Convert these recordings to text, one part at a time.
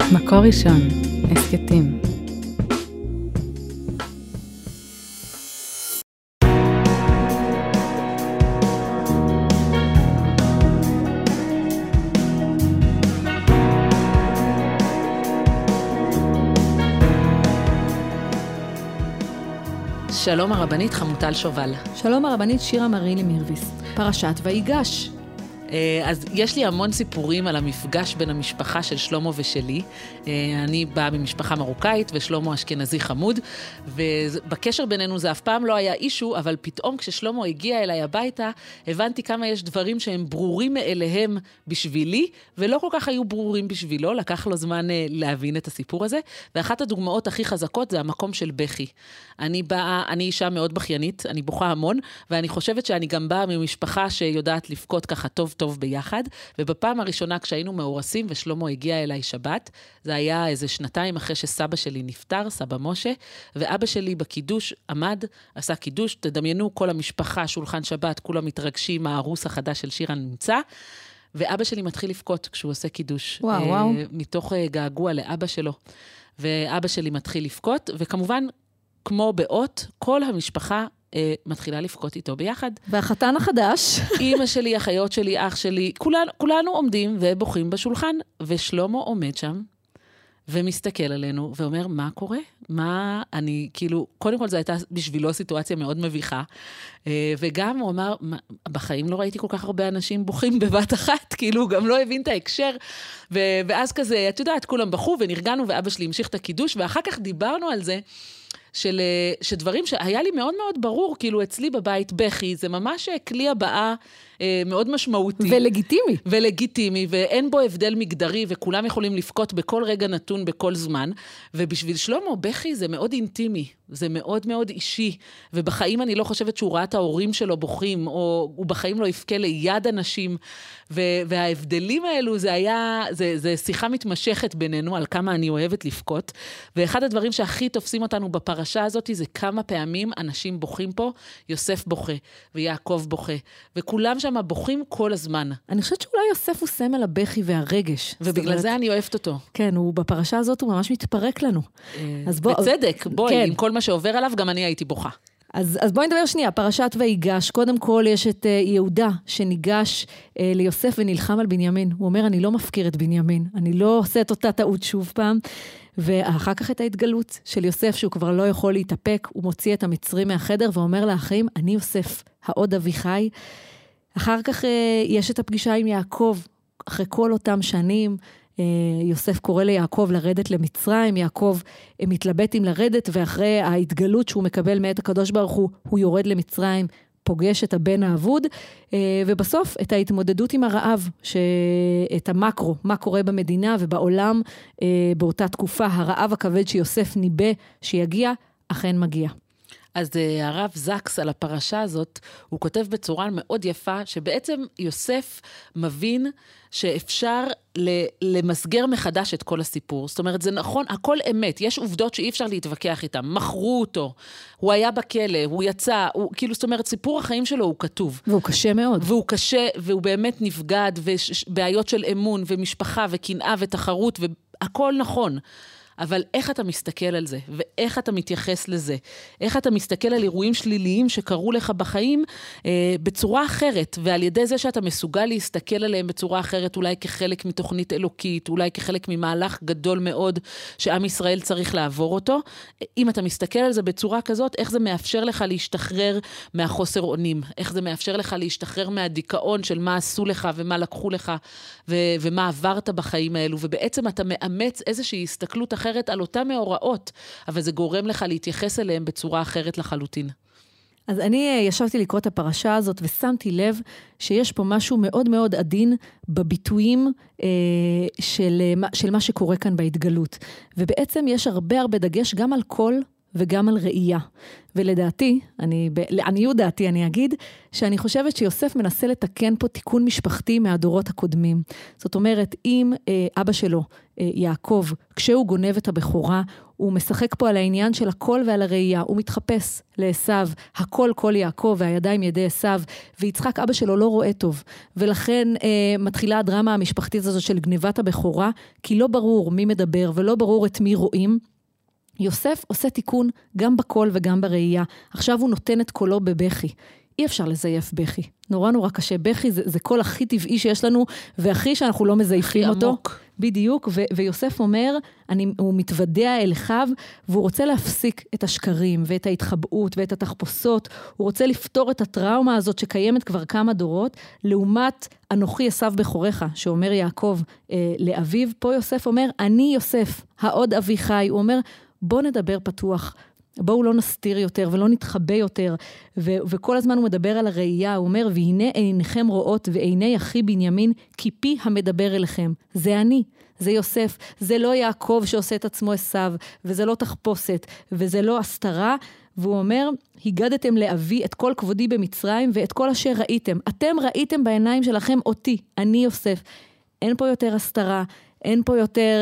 מקור ראשון, הסקטים. שלום הרבנית חמוטל שובל. שלום הרבנית שירה מרילי מירביס. פרשת ויגש. אז יש לי המון סיפורים על המפגש בין המשפחה של שלמה ושלי. אני באה ממשפחה מרוקאית ושלמה אשכנזי חמוד, ובקשר בינינו זה אף פעם לא היה אישו, אבל פתאום כששלמה הגיע אליי הביתה, הבנתי כמה יש דברים שהם ברורים מאליהם בשבילי, ולא כל כך היו ברורים בשבילו, לקח לו זמן להבין את הסיפור הזה, ואחת הדוגמאות הכי חזקות זה המקום של בכי. אני אישה מאוד בכיינית, אני בוכה המון, ואני חושבת שאני גם באה ממשפחה שיודעת לבכות ככה טוב ביחד, ובפעם הראשונה כשהיינו מאורסים ושלמה הגיע אליי שבת, זה היה איזה 2 אחרי שסבא שלי נפטר, סבא משה, ואבא שלי בקידוש עמד, עשה קידוש, תדמיינו כל המשפחה, שולחן שבת, כולם מתרגשים, הערוס החדש של שירה נמצא, ואבא שלי מתחיל לבכות כשהוא עושה קידוש. וואו. מתוך געגוע לאבא שלו. ואבא שלי מתחיל לבכות, וכמובן, כמו באות, כל המשפחה מתחילה לבכות איתו ביחד. והחתן החדש. אמא שלי, אחיות שלי, אח שלי, כולנו עומדים ובוכים בשולחן, ושלמה עומד שם, ומסתכל עלינו, ואומר, מה קורה? אני, כאילו, קודם כל זו הייתה בשבילו סיטואציה מאוד מביכה, וגם הוא אמר, בחיים לא ראיתי כל כך הרבה אנשים בוכים בבת אחת, כאילו, הוא גם לא הבין את ההקשר, ואז כזה, את יודעת, כולם בכו ונרגענו, ואבא שלי המשיך את הקידוש, ואחר כך דיברנו על זה, שדברים שהיה לי מאוד מאוד ברור, כאילו אצלי בבית בכי, זה ממש כלי הבאה מאוד משמעותי. ולגיטימי, ואין בו הבדל מגדרי, וכולם יכולים לבכות בכל רגע נתון, בכל זמן, ובשביל שלמה, בכי זה מאוד אינטימי, זה מאוד מאוד אישי, ובחיים אני לא חושבת שהוא ראה את ההורים שלו בוכים, או הוא בחיים לא יפקה ליד אנשים, וההבדלים האלו, זה שיחה מתמשכת בינינו, על כמה אני אוהבת לבכות, ואחד הדברים שהכי תופסים אותנו בפרשה הזאת, זה כמה פעמים אנשים בוכים פה, יוסף בוכה, ויעקב בוכה, וכולם שם בוכים כל הזמן. אני חושבת שאולי יוסף הוא סמל הבכי והרגש. ובגלל זה אני אוהבת אותו. כן, בפרשה הזאת הוא ממש מתפרק לנו. בצדק, בואי, עם כל מה שעובר עליו, גם אני הייתי בוכה. אז בואי נדבר שנייה, פרשת ויגש. קודם כל יש את יהודה שניגש ליוסף ונלחם על בנימין. הוא אומר, אני לא מפקיר את בנימין, אני לא עושה את אותה טעות שוב פעם. ואחר כך את ההתגלות של יוסף, שהוא כבר לא יכול להתאפק, הוא מוציא את המצרים מהחדר ואומר לאחים, אני יוסף, העוד אבי חי. אחר כך יש את הפגישה עם יעקב, אחרי כל אותם שנים, יוסף קורא ליעקב לרדת למצרים, יעקב מתלבט עם לרדת, ואחרי ההתגלות שהוא מקבל מאת הקדוש ברוך הוא יורד למצרים, פוגש את הבן האבוד, ובסוף את ההתמודדות עם הרעב, את המקרו, מה קורה במדינה ובעולם באותה תקופה, הרעב הכבד שיוסף ניבא שיגיע, אכן מגיע. אז הרב זקס על הפרשה הזאת, הוא כותב בצורה מאוד יפה, שבעצם יוסף מבין שאפשר למסגר מחדש את כל הסיפור. זאת אומרת, זה נכון, הכל אמת, יש עובדות שאי אפשר להתווכח איתן, מכרו אותו, הוא היה בכלא, הוא יצא, כאילו, זאת אומרת, סיפור החיים שלו הוא כתוב. והוא קשה מאוד. והוא קשה, והוא באמת נבגד, ובעיות של אמון, ומשפחה, וקנאה, ותחרות, והכל נכון. אבל איך אתה מסתכל על זה, ואיך אתה מתייחס לזה, איך אתה מסתכל על אירועים שליליים שקרו לך בחיים בצורה אחרת, ועל ידי זה שאתה מסוגל להסתכל עליהם בצורה אחרת, אולי כחלק מתוכנית אלוקית, אולי כחלק ממהלך גדול מאוד שעם ישראל צריך לעבור אותו, אם אתה מסתכל על זה בצורה כזאת, איך זה מאפשר לך להשתחרר מהחוסר אונים, איך זה מאפשר לך להשתחרר מהדיכאון של מה עשו לך ומה לקחו לך, ומה עברת בחיים האלו, ובעצם אתה מאמץ איזושהי הסתכלות אחרת, על אותם מאורעות, אבל זה גורם לך להתייחס אליהם בצורה אחרת לחלוטין. אז אני ישבתי לקרוא את הפרשה הזאת ושמתי לב שיש פה משהו מאוד מאוד עדין בביטויים של מה שקורה כאן בהתגלות. ובעצם יש הרבה דגש גם על קול וגם על ראייה. ולדעתי, לעניות דעתי אני אגיד, שאני חושבת שיוסף מנסה לתקן פה תיקון משפחתי מהדורות הקודמים. זאת אומרת, אם אבא שלו, יעקב, כשהוא גונב את הבכורה, הוא משחק פה על העניין של הכל ועל הראייה, הוא מתחפש לעשיו, הכל כל יעקב והידיים ידי עשיו, ויצחק אבא שלו לא רואה טוב, ולכן מתחילה הדרמה המשפחתית הזו של גניבת הבכורה, כי לא ברור מי מדבר ולא ברור את מי רואים. יוסף עושה תיקון גם בקול וגם בראייה, עכשיו הוא נותן את קולו בבכי, אי אפשר לזייף בכי, נורא קשה, בכי זה קול הכי טבעי שיש לנו, והכי שאנחנו לא מזייפים אותו. עמוק. בדיוק, ויוסף אומר, הוא מתוודע אל אחיו, והוא רוצה להפסיק את השקרים, ואת ההתחבאות, ואת התחפושות, הוא רוצה לפתור את הטראומה הזאת, שקיימת כבר כמה דורות, לעומת אנוכי עשיו בכורך, שאומר יעקב לאביו, פה יוסף אומר, אני יוסף, העוד אבי חי, הוא אומר, בוא נדבר פתוח, בואו לא נסתיר יותר ולא נתחבא יותר, וכל הזמן הוא מדבר על הראייה, הוא אומר, והנה עיניכם רואות ועיני אחי בנימין, כי פי המדבר אליכם. זה אני, זה יוסף, זה לא יעקב שעושה את עצמו עשיו, וזה לא תחפושת, וזה לא הסתרה, והוא אומר, הגדתם לאבי את כל כבודי במצרים, ואת כל אשר ראיתם. אתם ראיתם בעיניים שלכם אותי, אני יוסף. אין פה יותר הסתרה, אין פה יותר,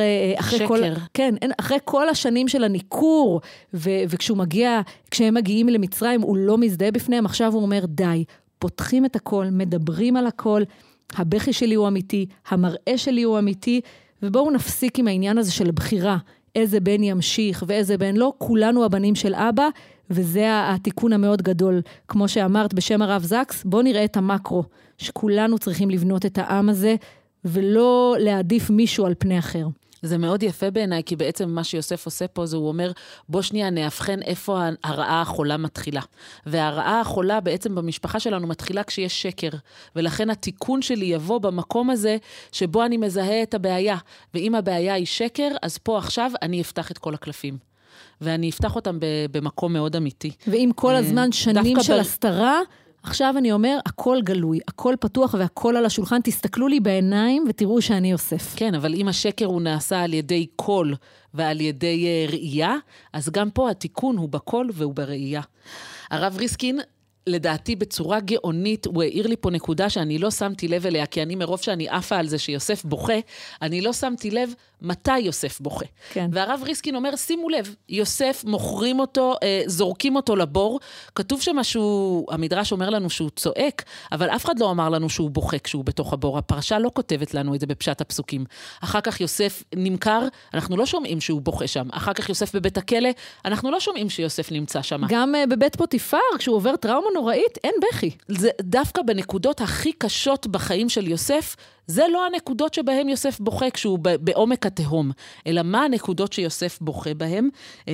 אחרי כל השנים של הניכור, וכשהם מגיעים למצרים, הוא לא מזדהה בפניהם, עכשיו הוא אומר, די, פותחים את הכל, מדברים על הכל, הבכי שלי הוא אמיתי, המראה שלי הוא אמיתי, ובואו נפסיק עם העניין הזה של בחירה, איזה בן ימשיך ואיזה בן לא, כולנו הבנים של אבא, וזה התיקון המאוד גדול, כמו שאמרת בשם הרב זקס, בואו נראה את המקרו, שכולנו צריכים לבנות את העם הזה, ולא להעדיף מישהו על פני אחר. זה מאוד יפה בעיניי, כי בעצם מה שיוסף עושה פה, זה הוא אומר, בוא שנייה נאבחן איפה הרעה החולה מתחילה. והרעה החולה בעצם במשפחה שלנו מתחילה כשיש שקר. ולכן התיקון שלי יבוא במקום הזה, שבו אני מזהה את הבעיה. ואם הבעיה היא שקר, אז פה עכשיו אני אפתח את כל הקלפים. ואני אפתח אותם במקום מאוד אמיתי. ואם כל הזמן שנים של הסתרה, עכשיו אני אומר, הכל גלוי, הכל פתוח והכל על השולחן, תסתכלו לי בעיניים ותראו שאני יוסף. כן, אבל אם השקר הוא נעשה על ידי קול ועל ידי ראייה, אז גם פה התיקון הוא בקול והוא בראייה. הרב ריסקין, לדעתי בצורה גאונית, הוא העיר לי פה נקודה שאני לא שמתי לב אליה, כי אני מרוב שאני עפה על זה שיוסף בוכה, אני לא שמתי לב מתי יוסף בוכה. כן. והרב ריסקין אומר, שימו לב, יוסף מוכרים אותו, זורקים אותו לבור, כתוב שמשהו, המדרש אומר לנו שהוא צועק, אבל אף אחד לא אמר לנו שהוא בוכה כשהוא בתוך הבור, הפרשה לא כותבת לנו את זה בפשט הפסוקים. אחר כך יוסף נמכר, אנחנו לא שומעים שהוא בוכה שם, אחר כך יוסף בבית הכלא, אנחנו לא שומעים שיוסף נמצא שם. גם בבית פוטיפר, כשהוא עובר טראומה נוראית, אין בכי. זה דווקא בנקודות הכי קשות בחיים של יוסף, זה לא הנקודות שבהם יוסף בוכה כשהוא בעומק התהום, אלא מה הנקודות שיוסף בוכה בהם?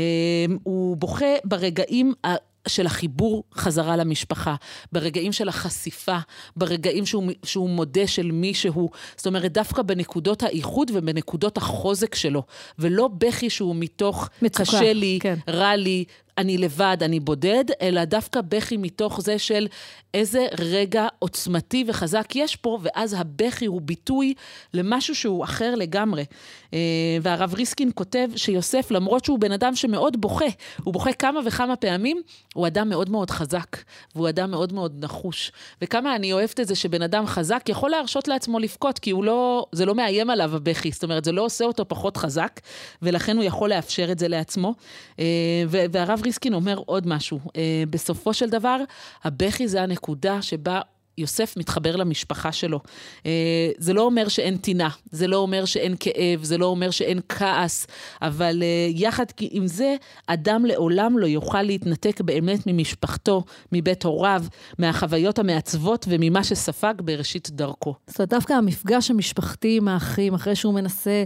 הוא בוכה ברגעים של החיבור חזרה למשפחה, ברגעים של החשיפה, ברגעים שהוא מודה של מישהו, זאת אומרת דווקא בנקודות האיחוד ובנקודות החוזק שלו, ולא בכי שהוא מתוך מצוקה, קשה לי, כן. רע לי, אני לבד, אני בודד, אלא דווקא בכי מתוך זה של איזה רגע עוצמתי וחזק יש פה, ואז הבכי הוא ביטוי למשהו שהוא אחר לגמרי. והרב ריסקין כותב שיוסף, למרות שהוא בן אדם שמאוד בוכה, הוא בוכה כמה וכמה פעמים, הוא אדם מאוד מאוד חזק, והוא אדם מאוד מאוד נחוש. וכמה אני אוהבת את זה שבן אדם חזק יכול להרשות לעצמו לבכות, כי זה לא מאיים עליו הבכי, זאת אומרת, זה לא עושה אותו פחות חזק, ולכן הוא יכול לאפשר את זה לעצמו. והרב ריסקין אומר עוד משהו, בסופו של דבר, הבכי זה הנקודה שבה יוסף מתחבר למשפחה שלו. זה לא אומר שאין טינה, זה לא אומר שאין כאב, זה לא אומר שאין כעס, אבל יחד עם זה, אדם לעולם לא יוכל להתנתק באמת ממשפחתו, מבית הוריו, מהחוויות המעצבות וממה שספג בראשית דרכו. זאת אומרת, דווקא המפגש המשפחתי עם האחים, אחרי שהוא מנסה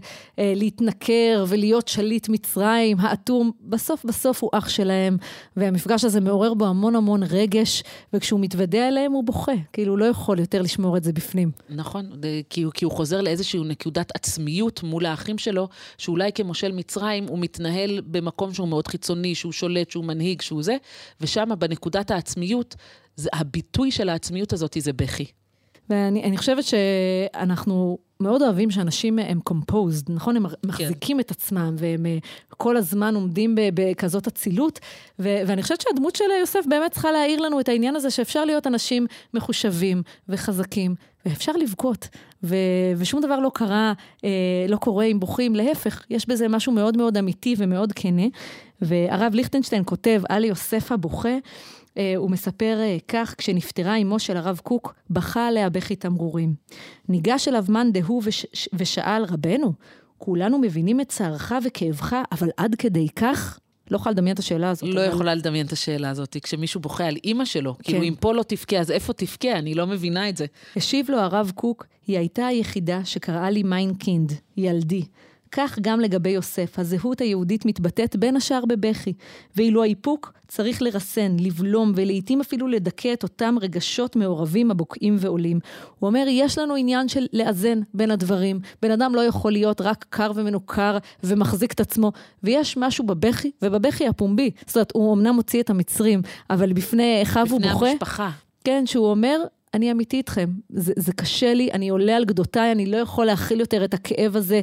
להתנכר ולהיות שליט מצרים, האטום, בסוף הוא אח שלהם, והמפגש הזה מעורר בו המון המון רגש, וכשהוא מתוודע אליהם הוא בוכה, כאילו הוא לא יכול יותר לשמור את זה בפנים. נכון, כי הוא חוזר לאיזשהו נקודת עצמיות מול האחים שלו, שאולי כמושל מצרים הוא מתנהל במקום שהוא מאוד חיצוני, שהוא שולט, שהוא מנהיג, שהוא זה, ושם בנקודת העצמיות, הביטוי של העצמיות הזאת זה בכי. ואני חושבת שאנחנו מאוד אוהבים שאנשים הם composed, נכון? הם מחזיקים את עצמם, והם כל הזמן עומדים בכזאת אצילות, ואני חושבת שהדמות של יוסף באמת צריכה להעיר לנו את העניין הזה, שאפשר להיות אנשים מחושבים וחזקים, ואפשר לבכות, ושום דבר לא קרה, לא קורה אם בוכים, להפך, יש בזה משהו מאוד מאוד אמיתי ומאוד כנה, והרב ליכטנשטיין כותב על יוסף הבוכה, הוא מספר כך, כשנפטרה אמו של הרב קוק, בכה עליה בכי תמרורים. ניגש אליו מאן דהוא ושאל, רבנו, כולנו מבינים את צערך וכאבך, אבל עד כדי כך? לא יכולה לדמיין את השאלה הזאת. לא יכולה לדמיין את השאלה הזאת, כשמישהו בוכה על אמא שלו, כאילו אם פה לא תבכה, אז איפה תבכה? אני לא מבינה את זה. השיב לו הרב קוק, היא הייתה היחידה שקראה לי מיין קינד, ילדי. כך גם לגבי יוסף, הזהות היהודית מתבטאת בין השאר בבכי, ואילו האיפוק צריך לרסן, לבלום ולעיתים אפילו לדכא את אותם רגשות מעורבים הבוקעים ועולים. הוא אומר, יש לנו עניין של לאזן בין הדברים, בן אדם לא יכול להיות רק קר ומנוכר ומחזיק את עצמו, ויש משהו בבכי, ובבכי הפומבי, זאת אומרת, הוא אמנם מוציא את המצרים, אבל בפני אחיו הוא בוכה. בפני המשפחה. כן, שהוא אומר, אני אמיתי איתכם, זה קשה לי, אני עולה על גדותיי, אני לא יכול להכיל יותר את הכאב הזה,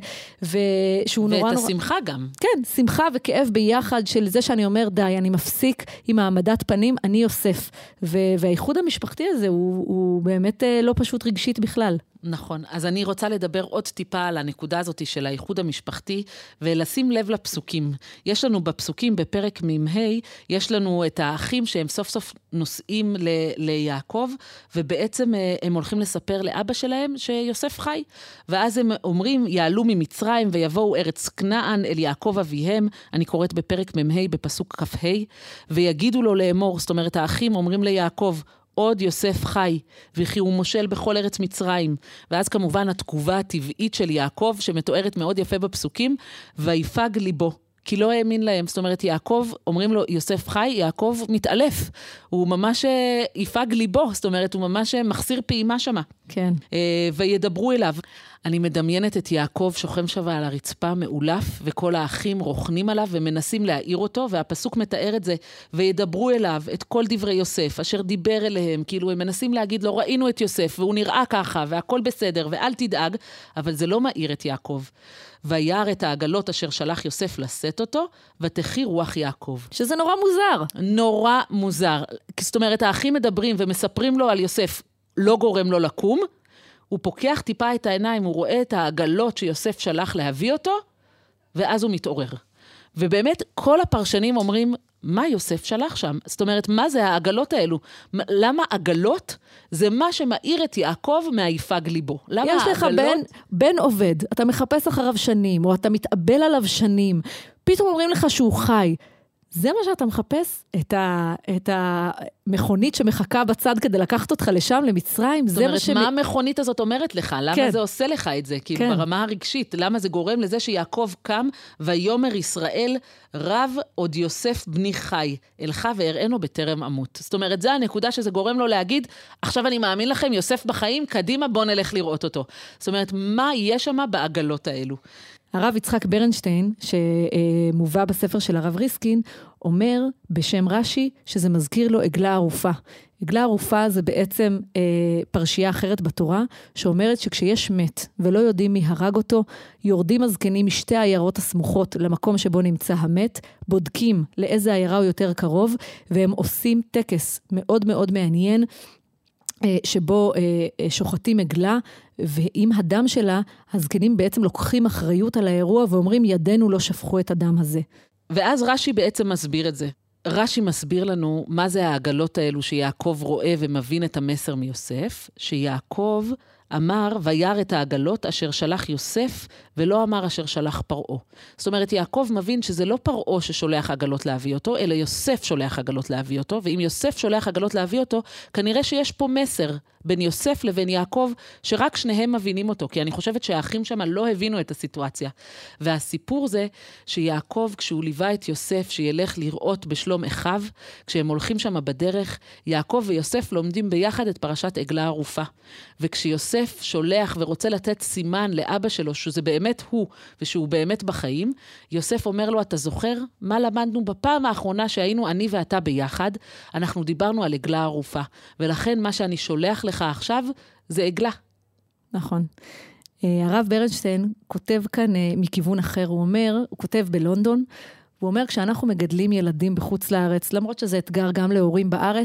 ושהוא נורא ואת נורא... השמחה גם. כן, שמחה וכאב ביחד של זה שאני אומר, די, אני מפסיק עם העמדת פנים, אני יוסף. והאיחוד המשפחתי הזה הוא באמת לא פשוט רגשית בכלל. נכון, אז אני רוצה לדבר עוד טיפה על הנקודה הזאת של האיחוד המשפחתי, ולשים לב לפסוקים. יש לנו בפסוקים, בפרק מ"ה, יש לנו את האחים שהם סוף סוף נוסעים ליעקב, ובעצם הם הולכים לספר לאבא שלהם שיוסף חי. ואז הם אומרים, יעלו ממצרים ויבואו ארץ כנען אל יעקב אביהם, אני קוראת בפרק מ"ה בפסוק כ"ה, ויגידו לו לאמור, זאת אומרת האחים אומרים ליעקב, עוד יוסף חי, וכי הוא מושל בכל ארץ מצרים. ואז כמובן התגובה הטבעית של יעקב, שמתוארת מאוד יפה בפסוקים, ויפג ליבו, כי לא האמין להם. זאת אומרת, יעקב, אומרים לו, יוסף חי, יעקב מתעלף. הוא ממש יפג ליבו, זאת אומרת, הוא ממש מחסיר פעימה שמה. כן. וידברו אליו. אני מדמיינת את יעקב שוכם שווה על הרצפה מעולף, וכל האחים רוכנים עליו ומנסים להעיר אותו, והפסוק מתאר את זה, וידברו אליו את כל דברי יוסף, אשר דיבר אליהם, כאילו הם מנסים להגיד, לא ראינו את יוסף, והוא נראה ככה, והכל בסדר, ואל תדאג, אבל זה לא מעיר את יעקב. וירא את העגלות אשר שלח יוסף לשאת אותו, ותחי רוח יעקב. שזה נורא מוזר. נורא מוזר. זאת אומרת, האחים מדברים ומספרים לו על יוסף, לא גורם לו לקום, הוא פוקח טיפה את העיניים, הוא רואה את העגלות שיוסף שלח להביא אותו, ואז הוא מתעורר. ובאמת, כל הפרשנים אומרים, מה יוסף שלח שם? זאת אומרת, מה זה העגלות האלו? למה עגלות? זה מה שמאיר את יעקב מהיפג ליבו. למה יש לך בן עובד, אתה מחפש אחריו שנים, או אתה מתאבל עליו שנים, פתאום אומרים לך שהוא חי. זה מה שאתה מחפש? את המכונית שמחכה בצד כדי לקחת אותך לשם, למצרים? זאת אומרת, מה המכונית הזאת אומרת לך? למה זה עושה לך את זה? כאילו ברמה הרגשית, למה זה גורם לזה שיעקב קם, ויאמר ישראל, רב עוד יוסף בני חי, אלך ואראנו בטרם אמות. זאת אומרת, זה הנקודה שזה גורם לו להגיד, עכשיו אני מאמין לכם, יוסף בחיים, קדימה בוא נלך לראות אותו. זאת אומרת, מה יש שם בעגלות האלו? הרב יצחק ברנשטיין, שמובא בספר של הרב ריסקין, אומר בשם רש"י שזה מזכיר לו עגלה ערופה. עגלה ערופה זה בעצם פרשייה אחרת בתורה, שאומרת שכשיש מת ולא יודעים מי הרג אותו, יורדים הזקנים משתי העיירות הסמוכות למקום שבו נמצא המת, בודקים לאיזה עיירה הוא יותר קרוב, והם עושים טקס מאוד מאוד מעניין, שבו שוחטים עגלה, ועם הדם שלה, הזקנים בעצם לוקחים אחריות על האירוע, ואומרים, ידינו לא שפכו את הדם הזה. ואז רש"י בעצם מסביר את זה. רש"י מסביר לנו מה זה העגלות האלו שיעקב רואה ומבין את המסר מיוסף, שיעקב אמר, וירא את העגלות אשר שלח יוסף, ולא אמר אשר שלח פרעה. זאת אומרת, יעקב מבין שזה לא פרעה ששולח עגלות להביא אותו, אלא יוסף שולח עגלות להביא אותו, ואם יוסף שולח עגלות להביא אותו, כנראה שיש פה מסר בין יוסף לבין יעקב, שרק שניהם מבינים אותו, כי אני חושבת שהאחים שם לא הבינו את הסיטואציה. והסיפור זה שיעקב, כשהוא ליווה את יוסף, שילך לראות בשלום אחיו, כשהם הולכים שם בדרך, יעקב ויוסף לומדים ביחד את פרשת עגלה ערופה. וכשיוסף שולח ורוצה לתת סימן לאבא שלו, שזה באמת הוא, ושהוא באמת בחיים, יוסף אומר לו, אתה זוכר מה למדנו בפעם האחרונה שהיינו אני ואתה ביחד? אנחנו דיברנו על עגלה ערופה, ולכן מה שאני שולח לך עכשיו, זה עגלה. נכון. הרב ברנשטיין כותב כאן מכיוון אחר, הוא כותב בלונדון, הוא אומר, כשאנחנו מגדלים ילדים בחוץ לארץ, למרות שזה אתגר גם להורים בארץ,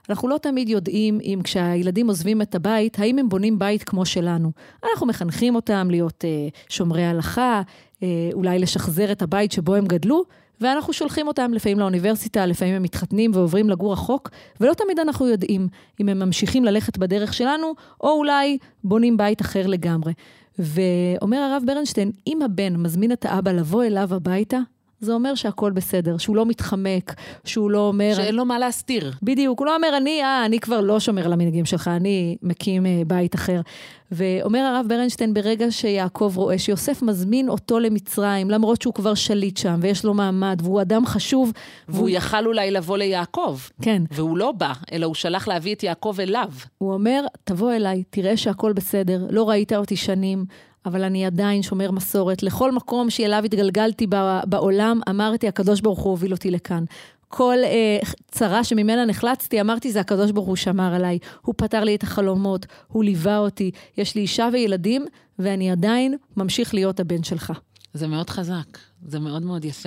אנחנו לא תמיד יודעים אם כשהילדים עוזבים את הבית, האם הם בונים בית כמו שלנו. אנחנו מחנכים אותם להיות שומרי הלכה, אולי לשחזר את הבית שבו הם גדלו, ואנחנו שולחים אותם לפעמים לאוניברסיטה, לפעמים הם מתחתנים ועוברים לגור רחוק, ולא תמיד אנחנו יודעים אם הם ממשיכים ללכת בדרך שלנו, או אולי בונים בית אחר לגמרי. ואומר הרב ברנשטיין, אם הבן מזמין את האבא לבוא אליו הביתה, זה אומר שהכל בסדר, שהוא לא מתחמק, שהוא לא אומר... שאין לו מה להסתיר. בדיוק, הוא לא אומר, אני כבר לא שומר על המנהגים שלך, אני מקים בית אחר. ואומר הרב ברנשטיין, ברגע שיעקב רואה שיוסף מזמין אותו למצרים, למרות שהוא כבר שליט שם, ויש לו מעמד, והוא אדם חשוב. והוא יכל אולי לבוא ליעקב. כן. והוא לא בא, אלא הוא שלח להביא את יעקב אליו. הוא אומר, תבוא אליי, תראה שהכל בסדר, לא ראית אותי שנים, אבל אני עדיין שומר מסורת. לכל מקום שאליו התגלגלתי בעולם, אמרתי, הקדוש ברוך הוא הוביל אותי לכאן. כל צרה שממנה נחלצתי, אמרתי, זה הקדוש ברוך הוא שמר עליי. הוא פתר לי את החלומות, הוא ליווה אותי. יש לי אישה וילדים, ואני עדיין ממשיך להיות הבן שלך. זה מאוד חזק, זה מאוד מאוד יפה.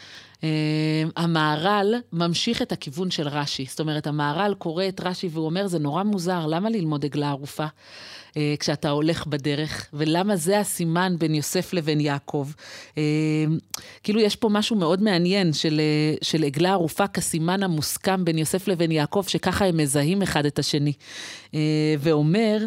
המהר"ל ממשיך את הכיוון של רש"י. זאת אומרת, המהר"ל קורא את רש"י והוא אומר, זה נורא מוזר, למה ללמוד עגלה ערופה כשאתה הולך בדרך? ולמה זה הסימן בין יוסף לבין יעקב? כאילו יש פה משהו מאוד מעניין של עגלה ערופה כסימן המוסכם בין יוסף לבין יעקב, שככה הם מזהים אחד את השני. ואומר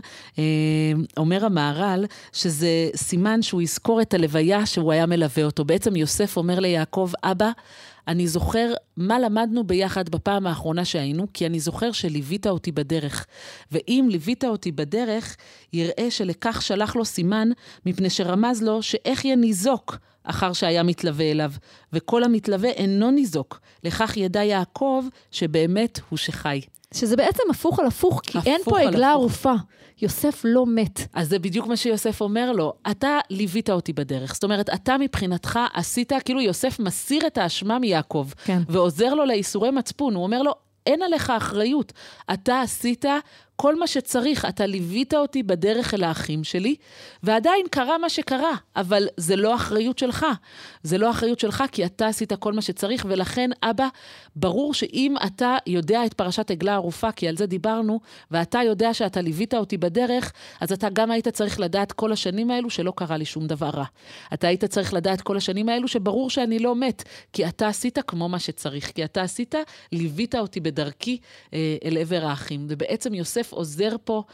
המהר"ל שזה סימן שהוא יזכור את הלוויה שהוא היה מלווה אותו. בעצם יוסף אומר ליעקב, אבא, אני זוכר מה למדנו ביחד בפעם האחרונה שהיינו, כי אני זוכר שליווית אותי בדרך. ואם ליווית אותי בדרך, יראה שלכך שלח לו סימן, מפני שרמז לו שאיך יניזוק אחר שהיה מתלווה אליו. וכל המתלווה אינו ניזוק. לכך ידע יעקב שבאמת הוא שחי. שזה בעצם הפוך על הפוך, כי אין פה עגלה ערופה. יוסף לא מת. אז זה בדיוק מה שיוסף אומר לו, אתה ליווית אותי בדרך. זאת אומרת, אתה מבחינתך עשית, כאילו יוסף מסיר את האשמה מיעקב, כן. ועוזר לו לאיסורי מצפון. הוא אומר לו, אין עליך אחריות. אתה עשית כל מה שצריך, אתה ליווית אותי בדרך אל האחים שלי, ועדיין קרה מה שקרה, אבל זה לא אחריות שלך. זה לא אחריות שלך, כי אתה עשית כל מה שצריך, ולכן, אבא, ברור שאם אתה יודע את פרשת עגלה ערופה, כי על זה דיברנו, ואתה יודע שאתה ליווית אותי בדרך, אז אתה גם היית צריך לדעת כל השנים האלו שלא קרה לי שום דבר רע. אתה היית צריך לדעת כל השנים האלו שברור שאני לא מת, כי אתה עשית כמו מה שצריך, כי אתה עשית, ליווית אותי בדרכי אל עבר האחים. ובעצם יוסף עוזר פה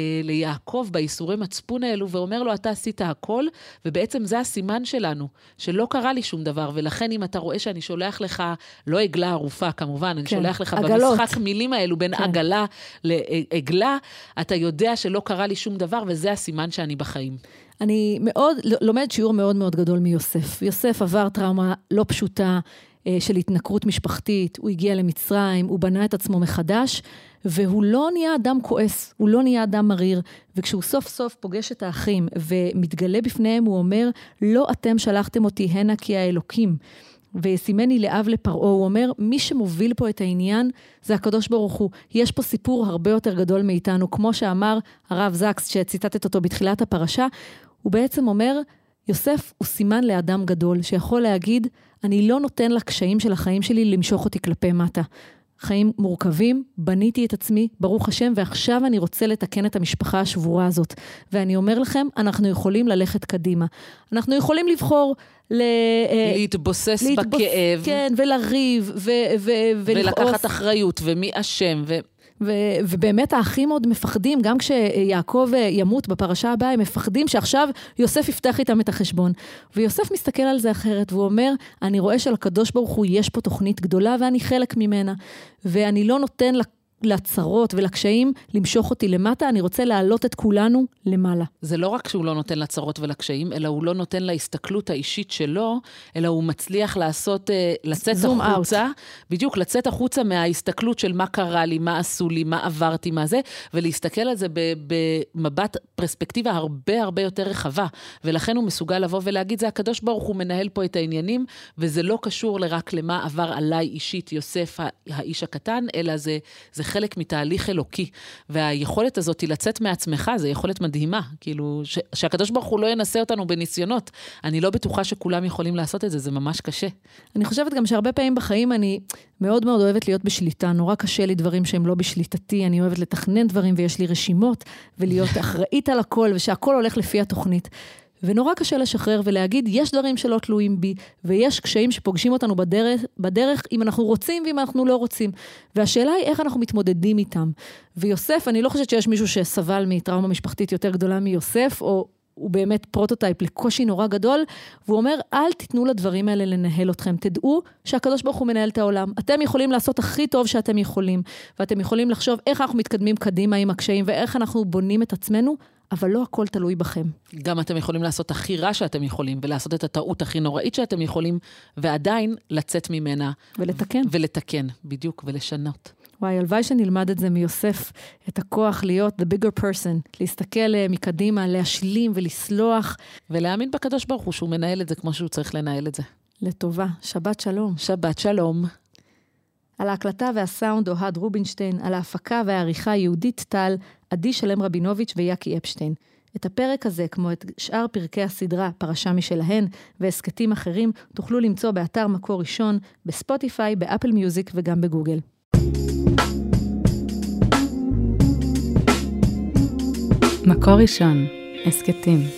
ליעקב באיסורי מצפון האלו, ואומר לו, אתה עשית הכל, ובעצם זה הסימן שלנו, שלא קרה לי שום דבר, ולכן אם אתה רואה שאני שולח לך, לא עגלה ערופה כמובן, אני שולח לך במשחק מילים האלו, בין עגלה לעגלה, אתה יודע שלא קרה לי שום דבר, וזה הסימן שאני בחיים. אני לומד שיעור מאוד מאוד גדול מיוסף. יוסף עבר טראומה לא פשוטה, של התנכרות משפחתית, הוא הגיע למצרים, הוא בנה את עצמו מחדש, והוא לא נהיה אדם כועס, הוא לא נהיה אדם מריר, וכשהוא סוף סוף פוגש את האחים, ומתגלה בפניהם, הוא אומר, לא אתם שלחתם אותי הנה כי האלוקים, וישימני לאב לפרעה, הוא אומר, מי שמוביל פה את העניין, זה הקדוש ברוך הוא, יש פה סיפור הרבה יותר גדול מאיתנו, כמו שאמר הרב זקס, שציטטת אותו בתחילת הפרשה, הוא בעצם אומר, יוסף הוא סימן לאדם גדול, שיכול להגיד, אני לא נותן לקשיים של החיים שלי למשוך אותי כלפי מטה. חיים מורכבים, בניתי את עצמי, ברוך השם, ועכשיו אני רוצה לתקן את המשפחה השבורה הזאת. ואני אומר לכם, אנחנו יכולים ללכת קדימה. אנחנו יכולים לבחור להתבוסס בכאב. כן, ולריב, ולקחת אחריות, ומי אשם, ובאמת האחים עוד מפחדים, גם כשיעקב ימות בפרשה הבאה, הם מפחדים שעכשיו יוסף יפתח איתם את החשבון. ויוסף מסתכל על זה אחרת, והוא אומר, אני רואה שלקדוש ברוך הוא יש פה תוכנית גדולה, ואני חלק ממנה. ואני לא נותן לצרות ולקשיים למשוך אותי למטה, אני רוצה להעלות את כולנו למעלה. זה לא רק שהוא לא נותן לצרות ולקשיים, אלא הוא לא נותן להסתכלות האישית שלו, אלא הוא מצליח לעשות, לצאת החוצה, בדיוק, לצאת החוצה מההסתכלות של מה קרה לי, מה עשו לי, מה עברתי, מה זה, ולהסתכל על זה במבט פרספקטיבה הרבה הרבה יותר רחבה, ולכן הוא מסוגל לבוא ולהגיד, זה הקדוש ברוך הוא מנהל פה את העניינים, וזה לא קשור רק למה עבר עליי אישית יוסף האיש הקטן, אלא זה חלק מתהליך אלוקי, והיכולת הזאת היא לצאת מעצמך, זה יכולת מדהימה, כאילו, שהקדוש ברוך הוא לא ינסה אותנו בניסיונות. אני לא בטוחה שכולם יכולים לעשות את זה, זה ממש קשה. אני חושבת גם שהרבה פעמים בחיים אני מאוד מאוד אוהבת להיות בשליטה, נורא קשה לי דברים שהם לא בשליטתי, אני אוהבת לתכנן דברים ויש לי רשימות, ולהיות אחראית על הכל, ושהכל הולך לפי התוכנית. ונורא קשה לשחרר ולהגיד, יש דברים שלא תלויים בי, ויש קשיים שפוגשים אותנו בדרך אם אנחנו רוצים ואם אנחנו לא רוצים. והשאלה היא איך אנחנו מתמודדים איתם. ויוסף, אני לא חושבת שיש מישהו שסבל מטראומה משפחתית יותר גדולה מיוסף, או הוא באמת פרוטוטייפ לקושי נורא גדול, והוא אומר, אל תיתנו לדברים האלה לנהל אתכם. תדעו שהקדוש ברוך הוא מנהל את העולם. אתם יכולים לעשות הכי טוב שאתם יכולים, ואתם יכולים לחשוב איך אנחנו מתקדמים קדימה עם הקשיים, ואיך אנחנו בונים את עצמנו, אבל לא הכל תלוי בכם. גם אתם יכולים לעשות הכי רע שאתם יכולים, ולעשות את הטעות הכי נוראית שאתם יכולים, ועדיין לצאת ממנה. ולתקן. ולתקן, בדיוק, ולשנות. וואי, הלוואי שנלמד את זה מיוסף, את הכוח להיות the bigger person, להסתכל מקדימה, להשלים ולסלוח. ולהאמין בקדוש ברוך הוא שהוא מנהל את זה כמו שהוא צריך לנהל את זה. לטובה. שבת שלום. שבת שלום. על ההקלטה והסאונד אוהד רובינשטיין, על ההפקה והעריכה יהודית טל, עדי שלם רבינוביץ' ויקי אפשטיין. את הפרק הזה, כמו את שאר פרקי הסדרה, פרשה משלהן, והסקטים אחרים, תוכלו למצוא באתר מקור ראשון, בספוטיפיי, באפל מיוזיק וגם בגוגל. מקור ראשון, הסקטים.